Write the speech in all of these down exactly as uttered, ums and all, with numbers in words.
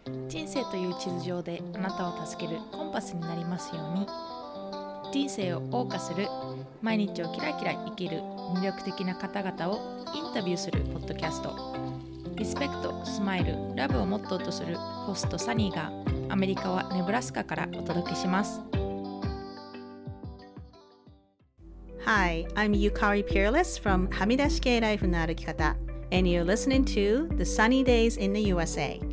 人生という地図上であなたを助けるコンパスになりますように。人生を謳歌する、毎日をキラキラ生きる魅力的な方々をインタビューするポッドキャスト。リスペクト、スマイル、ラブをモットーとするホストサニーがアメリカはネブラスカからお届けします。 Hi, I'm Yukari Peerless from はみ出し系ライフの歩き方 and you're listening to The Sunny Days in the ユーエスエー。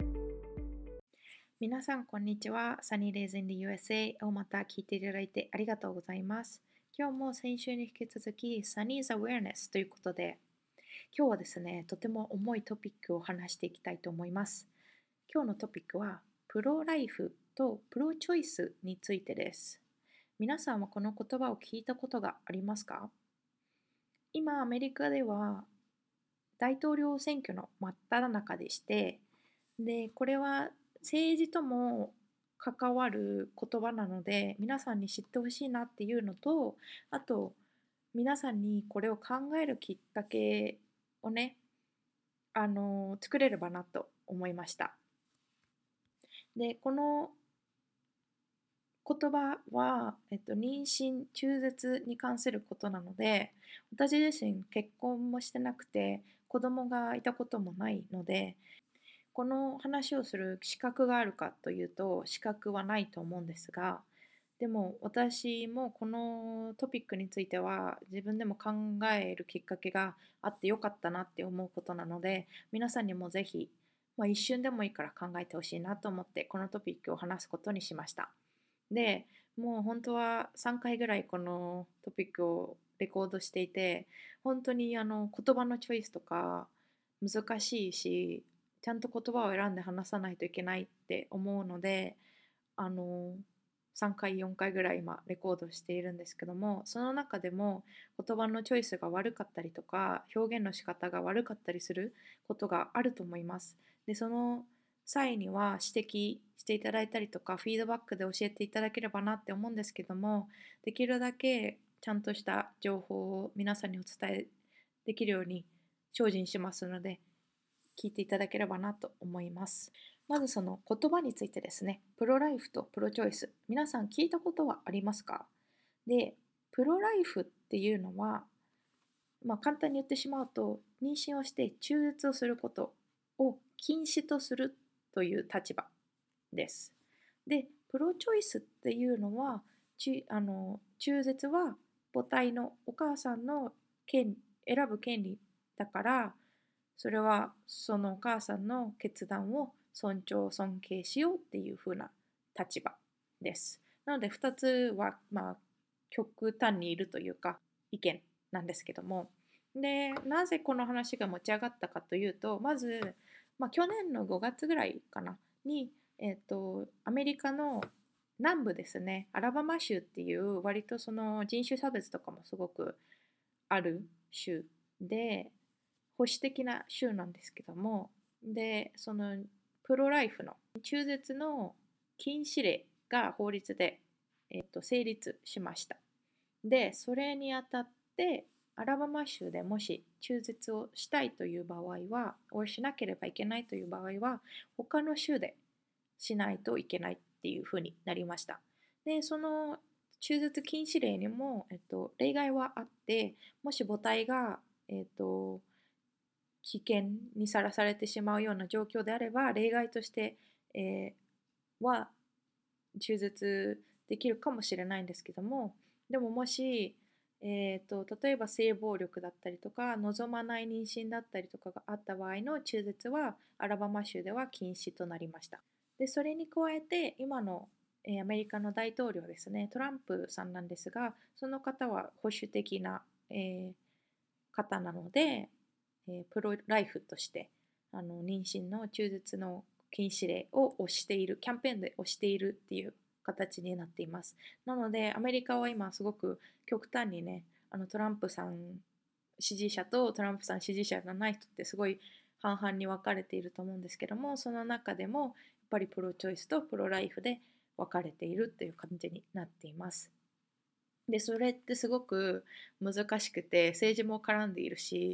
皆さんこんにちは。サニーデイズイン the ユーエスエー をまた聞いていただいてありがとうございます。今日も先週に引き続き Sunny's Awareness ということで、今日はですね、とても重いトピックを話していきたいと思います。今日のトピックはプロライフとプロチョイスについてです。皆さんはこの言葉を聞いたことがありますか？今アメリカでは大統領選挙の真っ只中でして、でこれは政治とも関わる言葉なので皆さんに知ってほしいなっていうのと、あと皆さんにこれを考えるきっかけをね、あの作れればなと思いました。でこの言葉は、えっと、妊娠中絶に関することなので、私自身結婚もしてなくて子供がいたこともないので、この話をする資格があるかというと資格はないと思うんですが、でも私もこのトピックについては自分でも考えるきっかけがあってよかったなって思うことなので、皆さんにもぜひ、まあ、一瞬でもいいから考えてほしいなと思ってこのトピックを話すことにしました。で、もう本当はさんかいぐらいこのトピックをレコードしていて、本当にあの言葉のチョイスとか難しいし、ちゃんと言葉を選んで話さないといけないって思うので、あのさんかいよんかいぐらい今レコードしているんですけども、その中でも言葉のチョイスが悪かったりとか表現の仕方が悪かったりすることがあると思います。でその際には指摘していただいたりとかフィードバックで教えていただければなって思うんですけども、できるだけちゃんとした情報を皆さんにお伝えできるように精進しますので、聞いていただければなと思います。まずその言葉についてですね、プロライフとプロチョイス、皆さん聞いたことはありますか？で、プロライフっていうのは、まあ、簡単に言ってしまうと、妊娠をして中絶をすることを禁止とするという立場です。で、プロチョイスっていうのは、ちあの中絶は母体のお母さんの権選ぶ権利だから、それはそのお母さんの決断を尊重尊敬しようっていう風な立場です。なのでふたつはまあ極端にいるというか意見なんですけども、でなぜこの話が持ち上がったかというと、まず、まあ、去年のごがつぐらいかなに、えっとアメリカの南部ですね、アラバマ州っていう割とその人種差別とかもすごくある州で、保守的な州なんですけども、でそのプロライフの中絶の禁止令が法律で、えっと、成立しました。でそれにあたってアラバマ州でもし中絶をしたいという場合は、をしなければいけないという場合は他の州でしないといけないっていうふうになりました。でその中絶禁止令にも、えっと、例外はあって、もし母体が、えっと、危険にさらされてしまうような状況であれば例外として、えーは中絶できるかもしれないんですけども、でももし、えーと、例えば性暴力だったりとか望まない妊娠だったりとかがあった場合の中絶はアラバマ州では禁止となりました。でそれに加えて今の、えーアメリカの大統領ですね、トランプさんなんですが、その方は保守的な、えー方なので、えープロライフとしてあの妊娠の中絶の禁止令を推している、キャンペーンで推しているっていう形になっています。なのでアメリカは今すごく極端にね、あのトランプさん支持者とトランプさん支持者がない人ってすごい半々に分かれていると思うんですけども、その中でもやっぱりプロチョイスとプロライフで分かれているという感じになっています。でそれってすごく難しくて政治も絡んでいるし、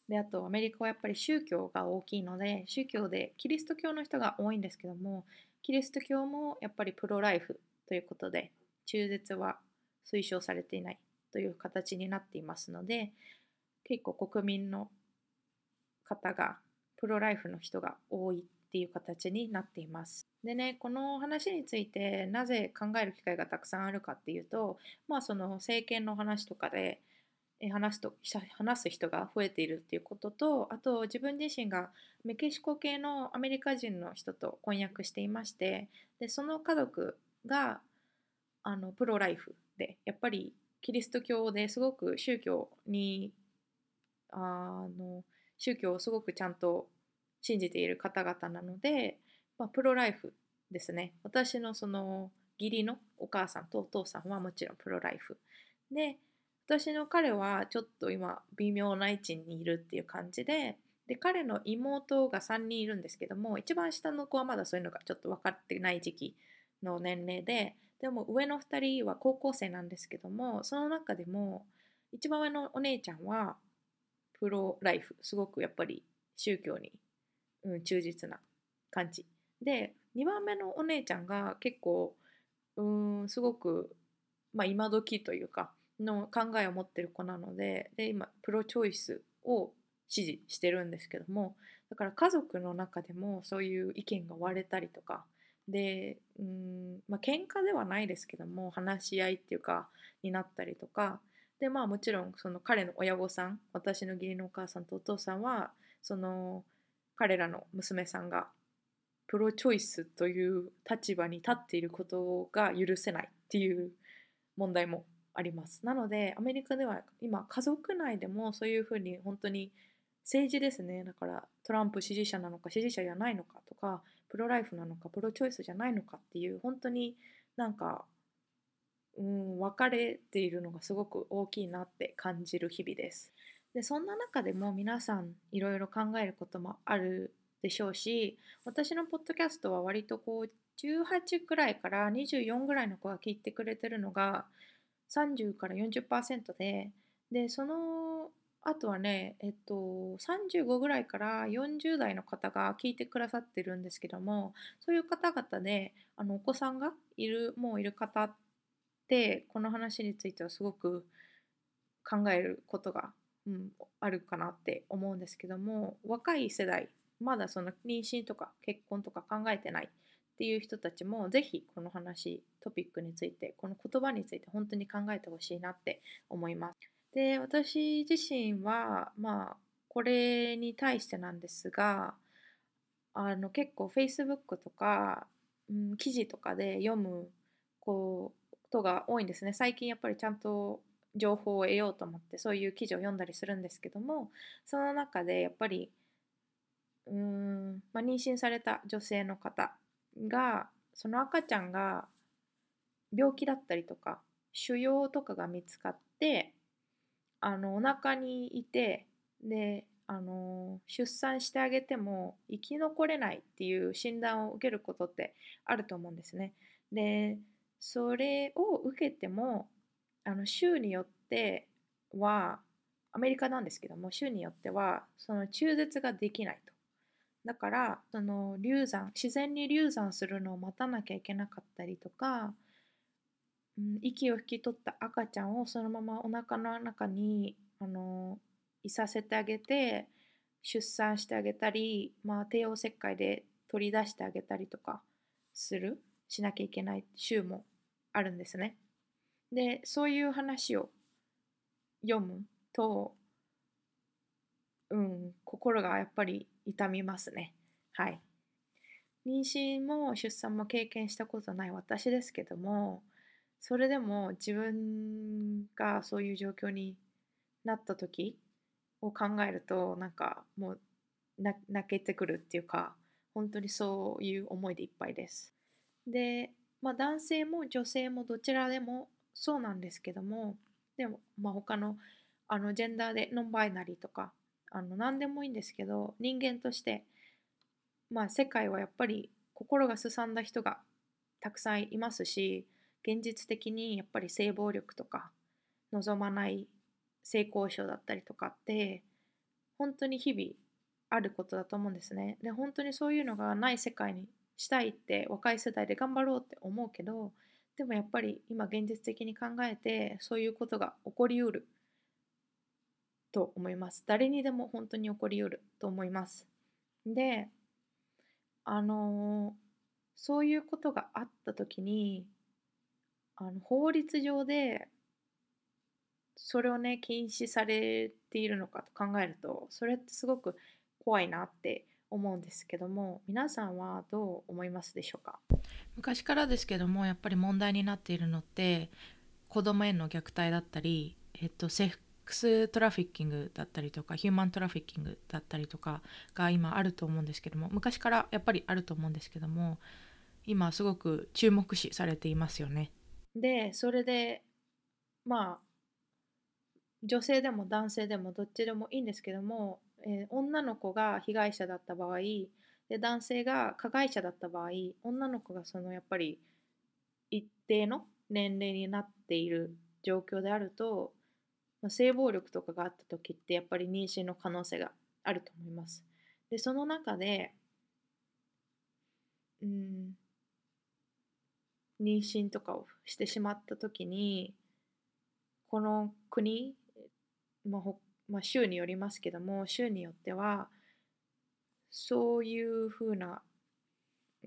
で、あとアメリカはやっぱり宗教が大きいので、宗教でキリスト教の人が多いんですけども、キリスト教もやっぱりプロライフということで、中絶は推奨されていないという形になっていますので、結構国民の方がプロライフの人が多いっていう形になっています。でね、この話についてなぜ考える機会がたくさんあるかっていうと、まあその政権の話とかでえ話すと話す人が増えているっていうことと、あと自分自身がメキシコ系のアメリカ人の人と婚約していまして、でその家族があのプロライフで、やっぱりキリスト教ですごく宗教にあの宗教をすごくちゃんと信じている方々なので、まあ、プロライフですね。私のその義理のお母さんとお父さんはもちろんプロライフで、私の彼はちょっと今微妙な位置にいるっていう感じで、で彼の妹がさんにんいるんですけども、一番下の子はまだそういうのがちょっと分かってない時期の年齢で、でも上のふたりは高校生なんですけども、その中でも一番上のお姉ちゃんはプロライフ、すごくやっぱり宗教に、うん、忠実な感じで、にばんめのお姉ちゃんが結構うーんすごく、まあ、今時というかの考えを持ってる子なので、で今プロチョイスを支持してるんですけども、だから家族の中でもそういう意見が割れたりとかで、うーんまあ喧嘩ではないですけども、話し合いっていうかになったりとかで、まあもちろんその彼の親御さん、私の義理のお母さんとお父さんはその彼らの娘さんがプロチョイスという立場に立っていることが許せないっていう問題もあります。なのでアメリカでは今家族内でもそういうふうに本当に政治ですね。だからトランプ支持者なのか支持者じゃないのかとか、プロライフなのかプロチョイスじゃないのかっていう、本当になんかうん、分かれているのがすごく大きいなって感じる日々です。で、そんな中でも皆さんいろいろ考えることもあるでしょうし、私のポッドキャストは割とこうじゅうはちくらいからにじゅうよんぐらいの子が聞いてくれてるのがさんじゅうからよんじゅっパーセントで、で、そのあとはね、えっと、さんじゅうごぐらいからよんじゅう代の方が聞いてくださってるんですけども、そういう方々で、あのお子さんがいる、もういる方で、この話についてはすごく考えることが、うん、あるかなって思うんですけども、若い世代、まだその妊娠とか結婚とか考えてないっていう人たちも、ぜひこの話、トピックについて、この言葉について本当に考えてほしいなって思います。で、私自身は、まあ、これに対してなんですが、あの結構 Facebook とか、うん、記事とかで読むこうことが多いんですね。最近やっぱりちゃんと情報を得ようと思ってそういう記事を読んだりするんですけども、その中でやっぱりうーん、まあ、妊娠された女性の方が、その赤ちゃんが病気だったりとか腫瘍とかが見つかって、あのお腹にいて、であの出産してあげても生き残れないっていう診断を受けることってあると思うんですね。でそれを受けても、あの州によっては、アメリカなんですけども、州によってはその中絶ができないと。だからその流産、自然に流産するのを待たなきゃいけなかったりとか、うん、息を引き取った赤ちゃんをそのままお腹の中にあのいさせてあげて出産してあげたり、まあ、帝王切開で取り出してあげたりとかするしなきゃいけない週もあるんですね。でそういう話を読むと、うん、心がやっぱり痛みますね。はい。妊娠も出産も経験したことない私ですけども、それでも自分がそういう状況になった時を考えると、なんかもうな泣けてくるっていうか、本当にそういう思いでいっぱいです。で、まあ、男性も女性もどちらでもそうなんですけども、でも、まあ、他のあのジェンダーでノンバイナリーとかあの何でもいいんですけど、人間としてまあ、世界はやっぱり心がすさんだ人がたくさんいますし、現実的にやっぱり性暴力とか望まない性交渉だったりとかって本当に日々あることだと思うんですね。で、本当にそういうのがない世界にしたいって若い世代で頑張ろうって思うけど、でもやっぱり今現実的に考えてそういうことが起こりうると思います。誰にでも本当に起こりうると思います。で、あのーそういうことがあった時に、あの法律上でそれをね、禁止されているのかと考えると、それってすごく怖いなって思うんですけども、皆さんはどう思いますでしょうか？ 昔からですけども、やっぱり問題になっているのって子供への虐待だったり、えっと、セックストラフィッキングだったりとかヒューマントラフィッキングだったりとかが今あると思うんですけども、昔からやっぱりあると思うんですけども、今すごく注目視されていますよね。 で、それで、まあ、女性でも男性でもどっちでもいいんですけども、えー女の子が被害者だった場合、で、男性が加害者だった場合、女の子がそのやっぱり一定の年齢になっている状況であると、まあ性暴力とかがあった時ってやっぱり妊娠の可能性があると思います。で、その中で、うん、妊娠とかをしてしまった時に、この国、まあほまあ、州によりますけども、州によっては、そういうふうな、うん、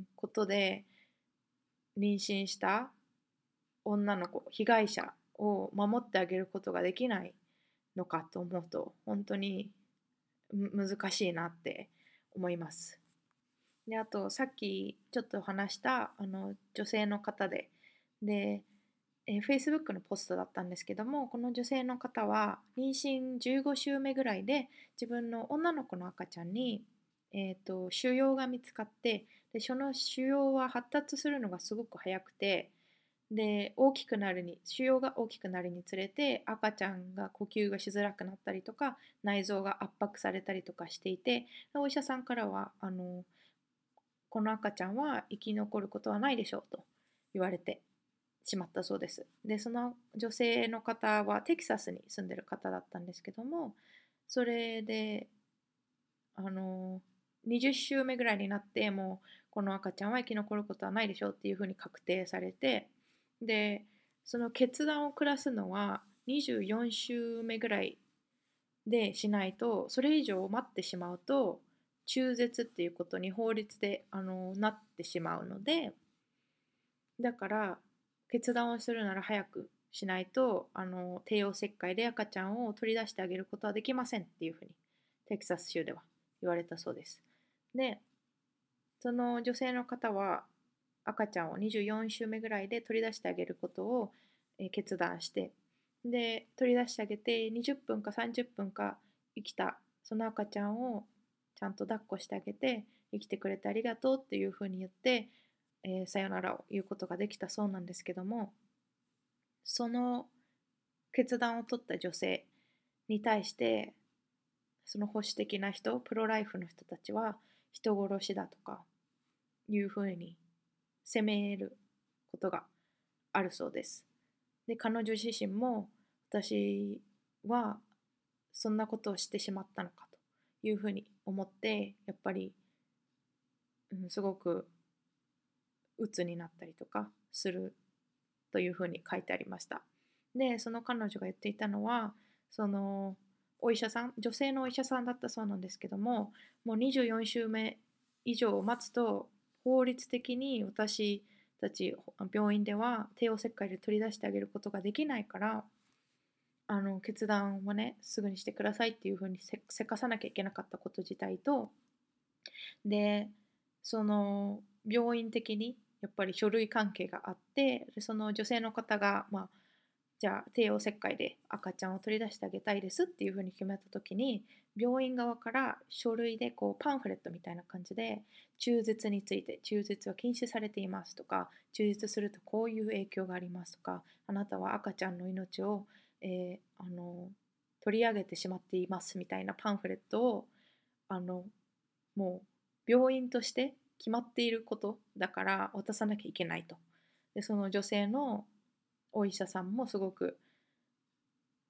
ことで妊娠した女の子、被害者を守ってあげることができないのかと思うと、本当にむ難しいなって思います。で、あと、さっきちょっと話したあの女性の方で、で、えー Facebook のポストだったんですけども、この女性の方は妊娠じゅうご週目ぐらいで自分の女の子の赤ちゃんに、えーと、腫瘍が見つかって、で、その腫瘍は発達するのがすごく早くて、で、大きくなるに、腫瘍が大きくなるにつれて赤ちゃんが呼吸がしづらくなったりとか、内臓が圧迫されたりとかしていて、お医者さんからはあのこの赤ちゃんは生き残ることはないでしょうと言われてしまったそうです。で、その女性の方はテキサスに住んでる方だったんですけども、それで、あの、にじゅっ週目ぐらいになって、もうこの赤ちゃんは生き残ることはないでしょうっていうふうに確定されて、で、その決断を下すのはにじゅうよん週目ぐらいでしないと、それ以上待ってしまうと、中絶っていうことに法律であのなってしまうので、だから決断をするなら早くしないと、あの帝王切開で赤ちゃんを取り出してあげることはできませんっていうふうにテキサス州では言われたそうです。で、その女性の方は赤ちゃんをにじゅうよん週目ぐらいで取り出してあげることをえー決断して、で、取り出してあげてにじゅっぷんかさんじゅっぷんか生きたその赤ちゃんをちゃんと抱っこしてあげて、生きてくれてありがとうっていうふうに言って、えーさよならを言うことができたそうなんですけども、その決断を取った女性に対してその保守的な人、プロライフの人たちは人殺しだとかいうふうに責めることがあるそうです。で、彼女自身も私はそんなことをしてしまったのかというふうに思って、やっぱり、うん、すごく鬱になったりとかするというふうに書いてありました。で、その彼女が言っていたのは、そのお医者さん、女性のお医者さんだったそうなんですけども、もうにじゅうよん週目以上を待つと、法律的に私たち病院では帝王切開で取り出してあげることができないから、あの決断をね、すぐにしてくださいっていうふうにせせかさなきゃいけなかったこと自体と、で、その病院的にやっぱり書類関係があって、でその女性の方が、まあ、じゃあ帝王切開で赤ちゃんを取り出してあげたいですっていうふうに決めた時に、病院側から書類でこうパンフレットみたいな感じで、中絶について、中絶は禁止されていますとか、中絶するとこういう影響がありますとか、あなたは赤ちゃんの命を、えーあの取り上げてしまっていますみたいなパンフレットを、あのもう病院として決まっていることだから渡さなきゃいけないと。で、その女性のお医者さんもすごく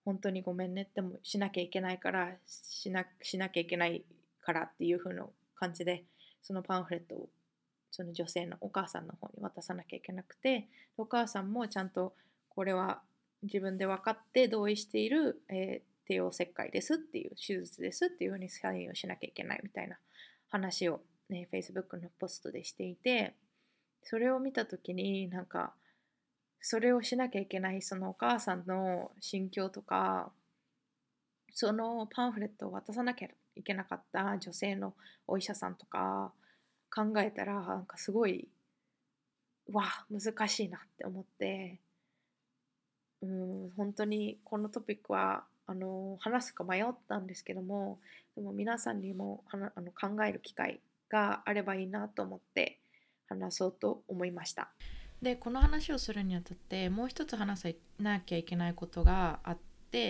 本当にごめんねってもしなきゃいけないからしな、しなきゃいけないからっていう風な感じでそのパンフレットをその女性のお母さんの方に渡さなきゃいけなくて、お母さんもちゃんとこれは自分で分かって同意している、えー、帝王切開ですっていう手術ですっていう風にサインをしなきゃいけないみたいな話を、ね、Facebook のポストでしていて、それを見た時になんかそれをしなきゃいけないそのお母さんの心境とか、そのパンフレットを渡さなきゃいけなかった女性のお医者さんとか考えたらなんかすごいわ難しいなって思って、うん、本当にこのトピックはあの話すか迷ったんですけども、でも皆さんにもはなあの考える機会があればいいなと思って話そうと思いました。 でこの話をするにあたってもう一つ話さなきゃいけないことがあって、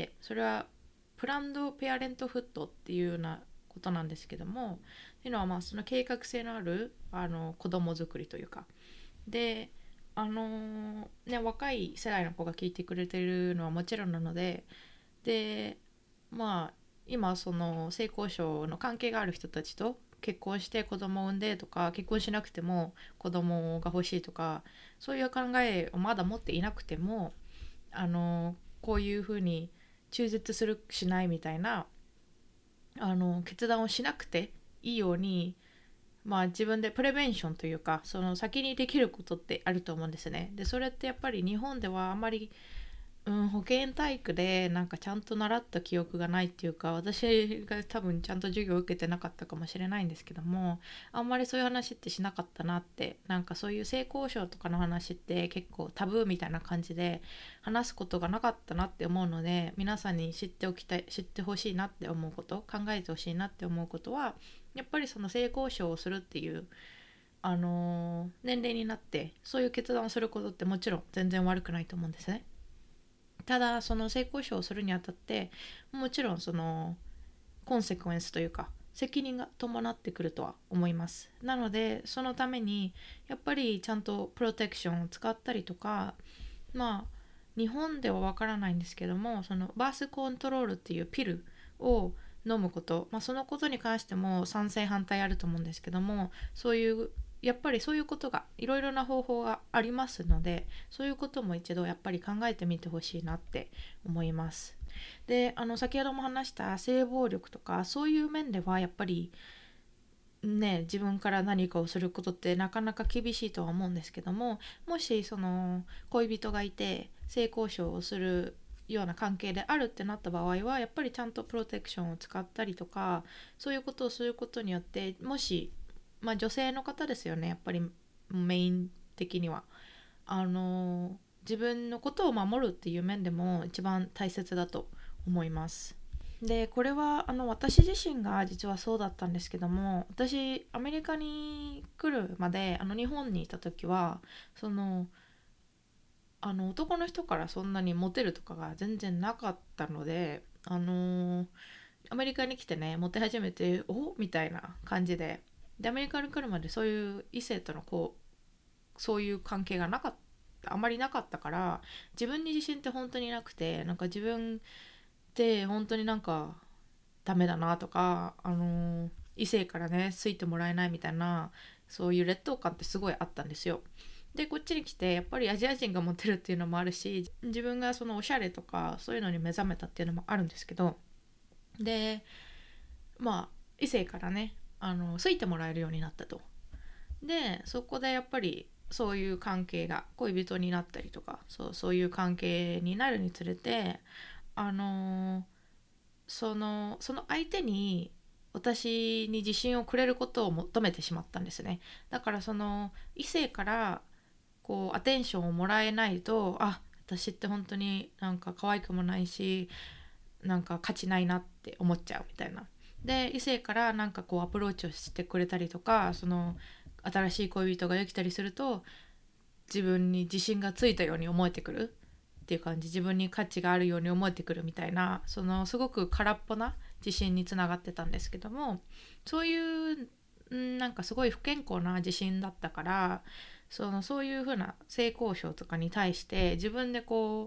それはプランドペアレントフットっていうようなことなんですけども、っていうのはまあその計画性のあるあの子供作りというかで、あのーね、若い世代の子が聞いてくれてるのはもちろんなので、でまあ今その性交渉の関係がある人たちと結婚して子供を産んでとか、結婚しなくても子供が欲しいとか、そういう考えをまだ持っていなくても、あのこういうふうに中絶するしないみたいなあの決断をしなくていいように、まあ自分でプレベンションというかその先にできることってあると思うんですね。でそれってやっぱり日本ではあんまり、うん、保健体育でなんかちゃんと習った記憶がないっていうか、私が多分ちゃんと授業を受けてなかったかもしれないんですけども、あんまりそういう話ってしなかったなって、なんかそういう性交渉とかの話って結構タブーみたいな感じで話すことがなかったなって思うので、皆さんに知っておきたい、知ってほしいなって思うこと、考えてほしいなって思うことは、やっぱりその性交渉をするっていうあのー年齢になってそういう決断をすることってもちろん全然悪くないと思うんですね。ただその性交渉をするにあたってもちろんそのコンセクエンスというか責任が伴ってくるとは思います。なのでそのためにやっぱりちゃんとプロテクションを使ったりとか、まあ日本ではわからないんですけども、そのバースコントロールっていうピルを飲むこと、まあ、そのことに関しても賛成反対あると思うんですけども、そういうやっぱりそういうことがいろいろな方法がありますので、そういうことも一度やっぱり考えてみてほしいなって思います。であの先ほども話した性暴力とかそういう面ではやっぱりね、自分から何かをすることってなかなか厳しいとは思うんですけども、もしその恋人がいて性交渉をするような関係であるってなった場合はやっぱりちゃんとプロテクションを使ったりとか、そういうことをすることによって、もし、まあ、女性の方ですよね、やっぱりメイン的にはあの自分のことを守るっていう面でも一番大切だと思います。でこれはあの私自身が実はそうだったんですけども、私アメリカに来るまであの日本にいた時はそのあの男の人からそんなにモテるとかが全然なかったので、あのーアメリカに来てねモテ始めておみたいな感じで、でアメリカに来るまでそういう異性とのこうそういう関係がなかったあまりなかったから、自分に自信って本当になくて、なんか自分って本当になんかダメだなとか、あのー異性からね好いてもらえないみたいな、そういう劣等感ってすごいあったんですよ。でこっちに来てやっぱりアジア人がモテるっていうのもあるし、自分がそのおしゃれとかそういうのに目覚めたっていうのもあるんですけど、でまあ異性からねあの好いてもらえるようになったと。でそこでやっぱりそういう関係が恋人になったりとか、そうそういう関係になるにつれて、あのーそのその相手に私に自信をくれることを求めてしまったんですね。だからその異性からこうアテンションをもらえないと、あ私って本当になんか可愛くもないしなんか価値ないなって思っちゃうみたいな。で異性からなんかこうアプローチをしてくれたりとか、その新しい恋人ができたりすると自分に自信がついたように思えてくるっていう感じ、自分に価値があるように思えてくるみたいな、そのすごく空っぽな自信につながってたんですけども、そういうなんかすごい不健康な自信だったから、そのそういう風な性交渉とかに対して自分でこう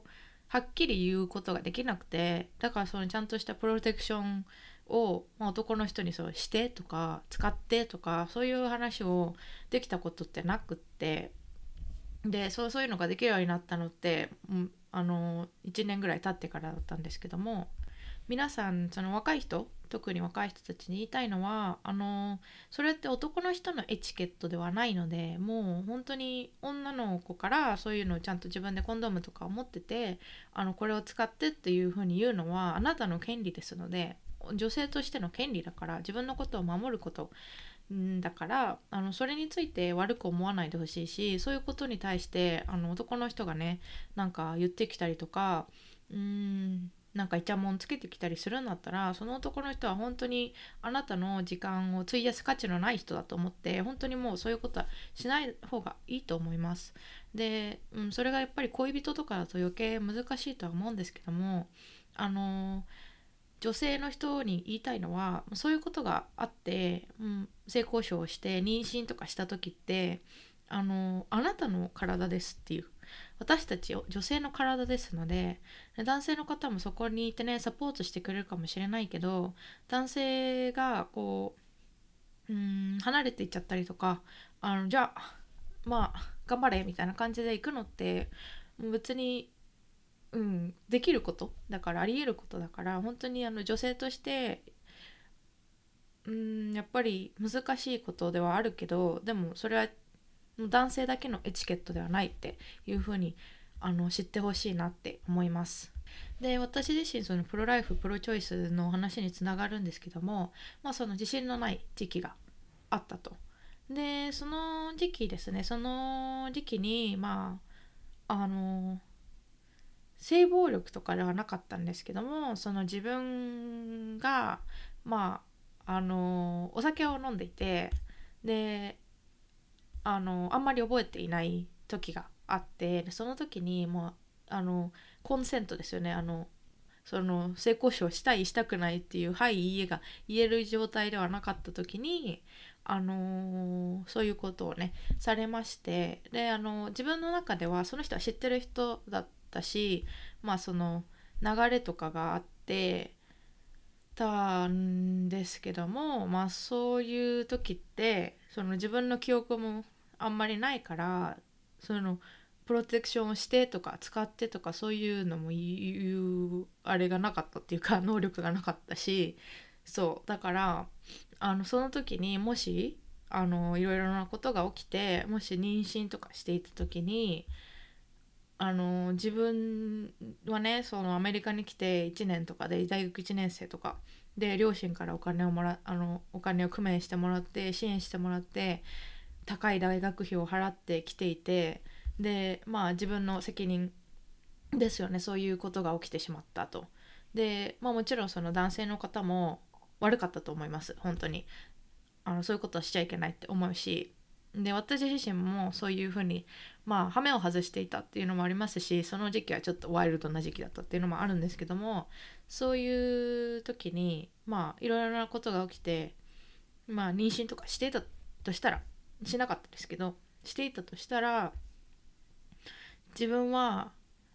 はっきり言うことができなくて、だからそのちゃんとしたプロテクションを、まあ、男の人にそうしてとか使ってとかそういう話をできたことってなくって、でそうそういうのができるようになったのって、うん、あのいちねんぐらい経ってからだったんですけども、皆さんその若い人、特に若い人たちに言いたいのは、あのそれって男の人のエチケットではないので、もう本当に女の子からそういうのをちゃんと自分でコンドームとかを持ってて、あのこれを使ってっていうふうに言うのはあなたの権利ですので、女性としての権利だから、自分のことを守ることんだから、あのそれについて悪く思わないでほしいし、そういうことに対してあの男の人がねなんか言ってきたりとか、うーんなんかイチャモンつけてきたりするんだったら、その男の人は本当にあなたの時間を費やす価値のない人だと思って、本当にもうそういうことはしない方がいいと思います。で、うん、それがやっぱり恋人とかだと余計難しいとは思うんですけども、あの女性の人に言いたいのは、そういうことがあって、うん、性交渉をして妊娠とかした時って、あのあなたの体ですっていう、私たち女性の体ですので、男性の方もそこにいてねサポートしてくれるかもしれないけど、男性がこう、うーん離れていっちゃったりとか、あのじゃあまあ頑張れみたいな感じで行くのって、もう別に、うん、できることだから、あり得ることだから、本当にあの女性としてうんやっぱり難しいことではあるけど、でもそれは男性だけのエチケットではないっていう風にあの知ってほしいなって思います。で、私自身そのプロライフプロチョイスの話につながるんですけども、まあ、その自信のない時期があったと。でその時期ですね、その時期にまああの性暴力とかではなかったんですけども、その自分がまああのお酒を飲んでいて、であのあんまり覚えていない時があって、その時にもうあのコンセントですよね、あのその性交渉したいしたくないっていうはいいいえが言える状態ではなかった時に、あのーそういうことをねされまして、であの自分の中ではその人は知ってる人だったし、まあその流れとかがあってたんですけども、まあそういう時ってその自分の記憶もあんまりないから、そのプロテクションをしてとか使ってとかそういうのも言うあれがなかったっていうか、能力がなかったし、そうだからあのその時にもしあのいろいろなことが起きて、もし妊娠とかしていた時に、あの自分はねそのアメリカに来ていちねんとかで大学いちねん生とかで、両親からお金をもらあのお金を工面してもらって支援してもらって高い大学費を払ってきていて、でまあ自分の責任ですよね、そういうことが起きてしまったと。でまあもちろんその男性の方も悪かったと思います。本当にあのそういうことはしちゃいけないって思うし、で私自身もそういうふうにまあ羽目を外していたっていうのもありますし、その時期はちょっとワイルドな時期だったっていうのもあるんですけども、そういう時にまあいろいろなことが起きて、まあ妊娠とかしていたとしたら、しなかったですけどしていたとしたら、自分は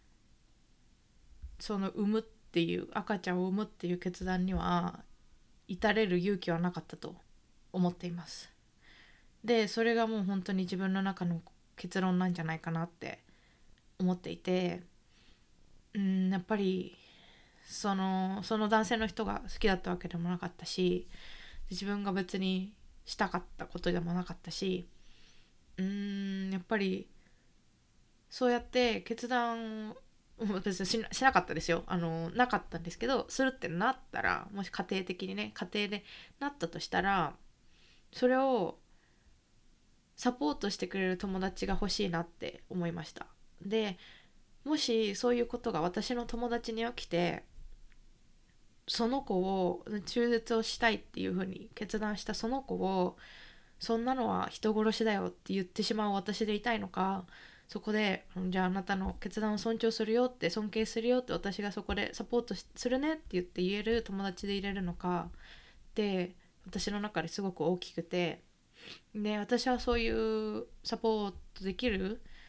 その産むっていう赤ちゃんを産むっていう決断には至れる勇気はなかったと思っています。でそれがもう本当に自分の中の結論なんじゃないかなって思っていて、うんやっぱりそのその男性の人が好きだったわけでもなかったし、自分が別にしたかったことでもなかったし、うーんやっぱりそうやって決断を別にし な, しなかったですよ、あのなかったんですけど、するってなったら、もし家庭的にね家庭でなったとしたら、それをサポートしてくれる友達が欲しいなって思いました。でもしそういうことが私の友達に起きて、その子を中絶をしたいっていう風に決断したその子を、そんなのは人殺しだよって言ってしまう私でいたいのか、そこでじゃああなたの決断を尊重するよって、尊敬するよって、私がそこでサポートするねって言って言える友達でいれるのかって私の中ですごく大きくて、で私はそういうサポートできる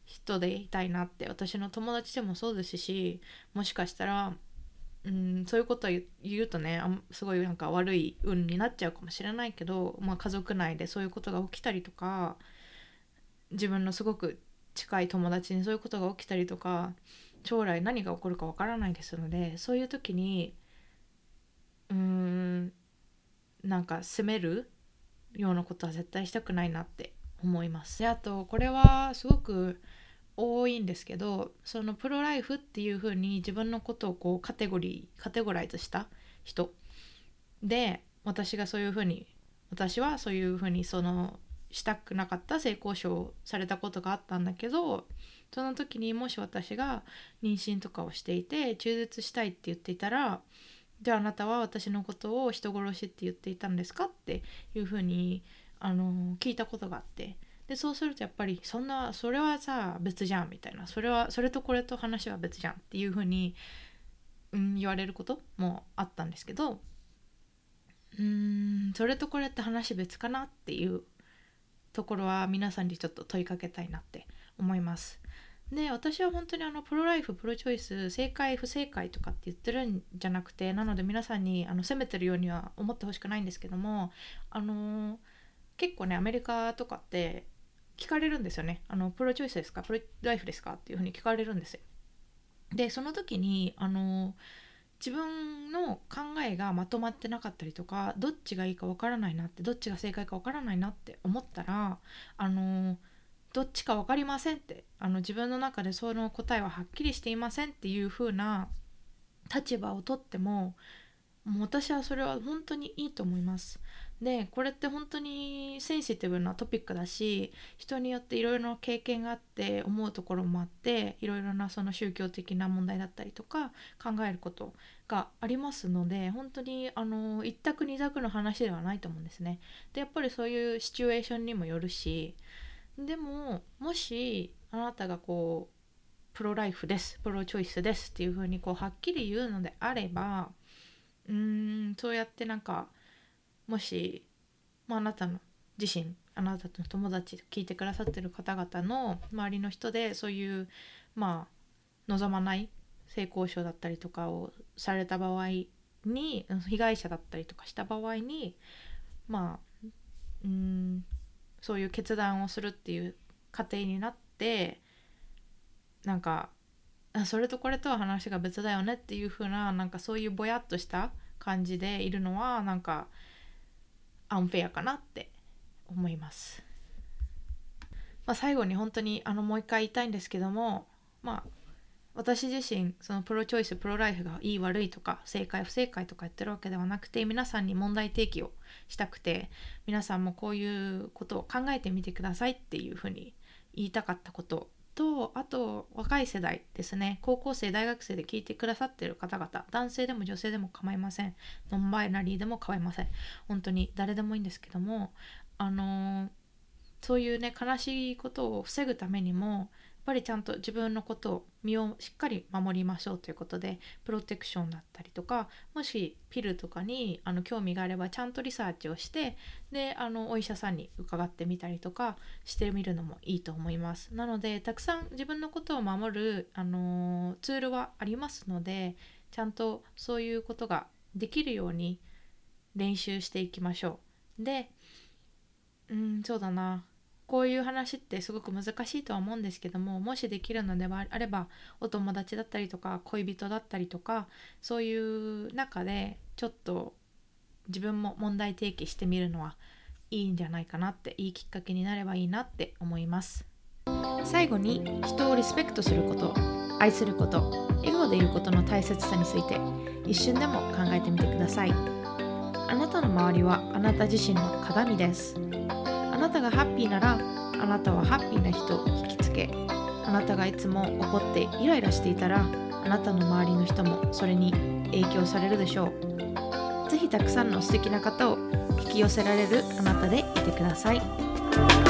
人でいたいなって、私の友達でもそうですし、もしかしたらうん、そういうことを言うとね、あすごいなんか悪い運になっちゃうかもしれないけど、まあ、家族内でそういうことが起きたりとか、自分のすごく近い友達にそういうことが起きたりとか、将来何が起こるかわからないですので、そういう時にうーんなんか責めるようなことは絶対したくないなって思います。であとこれはすごく多いんですけど、そのプロライフっていう風に自分のことをこうカテゴリーカテゴライズした人で、私がそういう風に私はそういう風にそのしたくなかった性交渉をされたことがあったんだけど、その時にもし私が妊娠とかをしていて中絶したいって言っていたら、じゃああなたは私のことを人殺しって言っていたんですかっていう風にあの聞いたことがあって、でそうするとやっぱりそんなそれはさ別じゃんみたいな、それはそれとこれと話は別じゃんっていう風に、うん、言われることもあったんですけど、うーんそれとこれって話別かなっていうところは皆さんにちょっと問いかけたいなって思います。で私は本当にあのプロライフプロチョイス正解不正解とかって言ってるんじゃなくて、なので皆さんにあの責めてるようには思ってほしくないんですけども、あのー、結構ねアメリカとかって聞かれるんですよね。あのプロチョイスですかプロライフですかっていうふうに聞かれるんですよ。でその時にあの自分の考えがまとまってなかったりとか、どっちがいいかわからないなって、どっちが正解かわからないなって思ったら、あのどっちかわかりませんって、あの自分の中でその答えははっきりしていませんっていう風な立場をとっても、もう私はそれは本当にいいと思います。でこれって本当にセンシティブなトピックだし、人によっていろいろな経験があって思うところもあって、いろいろなその宗教的な問題だったりとか考えることがありますので、本当にあの一択二択の話ではないと思うんですね。でやっぱりそういうシチュエーションにもよるし、でももしあなたがこうプロライフですプロチョイスですっていう風にこうはっきり言うのであれば、うーんそうやってなんかもし、まあ、あなたの自身あなたの友達聞いてくださってる方々の周りの人でそういうまあ望まない性交渉だったりとかをされた場合に、被害者だったりとかした場合に、まあうーんそういう決断をするっていう過程になって、なんかそれとこれとは話が別だよねっていう風な、なんかそういうぼやっとした感じでいるのはなんかアンフェアかなって思います。まあ、最後に本当にあのもう一回言いたいんですけども、まあ私自身そのプロチョイスプロライフがいい悪いとか正解不正解とか言ってるわけではなくて、皆さんに問題提起をしたくて、皆さんもこういうことを考えてみてくださいっていうふうに言いたかったことと、あと若い世代ですね、高校生大学生で聞いてくださっている方々、男性でも女性でも構いません、ノンバイナリーでも構いません、本当に誰でもいいんですけども、あのー、そういうね悲しいことを防ぐためにもやっぱりちゃんと自分のことを身をしっかり守りましょうということで、プロテクションだったりとか、もしピルとかにあの興味があればちゃんとリサーチをして、であのお医者さんに伺ってみたりとかしてみるのもいいと思います。なのでたくさん自分のことを守る、あのー、ツールはありますので、ちゃんとそういうことができるように練習していきましょう。でうんそうだなこういう話ってすごく難しいとは思うんですけども、もしできるのであればお友達だったりとか恋人だったりとか、そういう中でちょっと自分も問題提起してみるのはいいんじゃないかなって、いいきっかけになればいいなって思います。最後に人をリスペクトすること、愛すること、笑顔でいることの大切さについて一瞬でも考えてみてください。あなたの周りはあなた自身の鏡です。あなたがハッピーなら、あなたはハッピーな人を引きつけ、あなたがいつも怒ってイライラしていたら、あなたの周りの人もそれに影響されるでしょう。ぜひたくさんの素敵な方を引き寄せられるあなたでいてください。